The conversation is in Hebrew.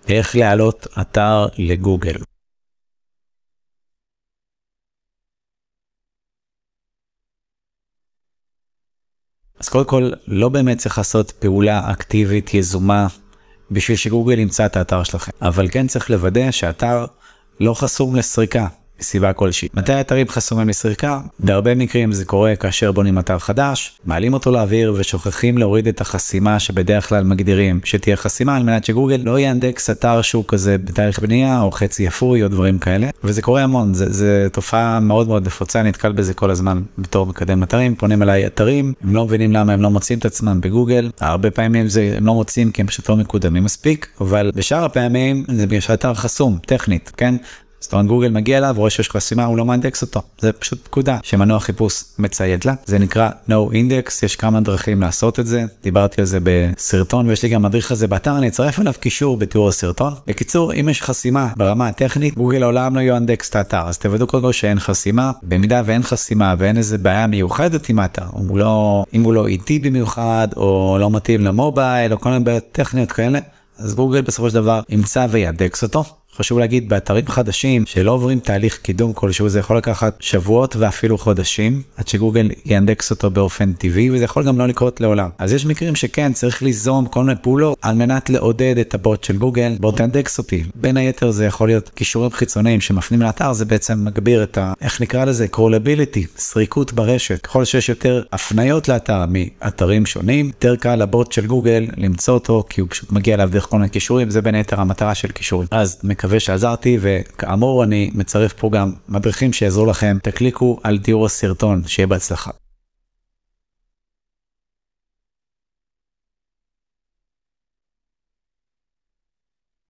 איך להעלות אתר לגוגל. אז קודם כל, לא באמת צריך לעשות פעולה אקטיבית יזומה בשביל שגוגל ימצא את האתר שלכם. אבל כן צריך לוודא שהאתר לא חסום לסריקה, מסיבה כלשהי. מתי האתרים חסומים לסריקה? בהרבה מקרים זה קורה כאשר בונים אתר חדש, מעלים אותו לאוויר ושוכחים להוריד את החסימה שבדרך כלל מגדירים שתהיה חסימה, על מנת שגוגל לא יאנדקס אתר שהוא כזה בתהליך בנייה או חצי אפוי או דברים כאלה. וזה קורה המון, זה תופעה מאוד מאוד נפוצה, נתקל בזה כל הזמן בתור מקדם אתרים, פונים אליי אתרים, הם לא מבינים למה הם לא מוצאים את עצמם בגוגל, הרבה פעמים הם לא מוצאים כי הם פשוט לא מקודמים מספיק, אבל בשאר הפעמים זה בגלל שהאתר חסום, טכנית, כן? זאת אומרת, גוגל מגיע אליו, רואה שיש חסימה, הוא לא מאנדקס אותו. זה פשוט פקודה שמנוע חיפוש מציית לה. זה נקרא No Index, יש כמה דרכים לעשות את זה. דיברתי על זה בסרטון, ויש לי גם מדריך הזה באתר, אני אצרף אליו קישור בתיאור הסרטון. בקיצור, אם יש חסימה ברמה הטכנית, גוגל לעולם לא יאנדקס את האתר, אז תוודאו קודם כל שאין חסימה. במידה ואין חסימה ואין איזה בעיה מיוחדת עם האתר, אם הוא לא איטי במיוחד, או לא מתאים למובייל, או כל מיני בעיות טכניות כאלה, אז גוגל בסופו של דבר ימצא ויאנדקס אותו. חשוב להגיד, באתרים חדשים שלא עוברים תהליך קידום כלשהו, זה יכול לקחת שבועות ואפילו חודשים, עד שגוגל יאנדקס אותו באופן טבעי, וזה יכול גם לא לקרות לעולם. אז יש מקרים שכן, צריך ליזום כל מיני פעולות, על מנת לעודד את הבוט של גוגל, בוא תאנדקס אותי. בין היתר זה יכול להיות קישורים חיצוניים שמפנים לאתר, זה בעצם מגביר את איך נקרא לזה, crawlability, סריקות ברשת. ככל שיש יותר הפניות לאתר מאתרים שונים, יותר קל לבוט של גוגל למצוא אותו, כי הוא פשוט מגיע אליו דרך כל מיני קישורים, זה בין היתר המטרה של קישורים. אז מקווה שעזרתי, וכאמור אני מצרף פה גם מדריכים שיעזרו לכם. תקליקו על תיאור הסרטון, שיהיה בהצלחה.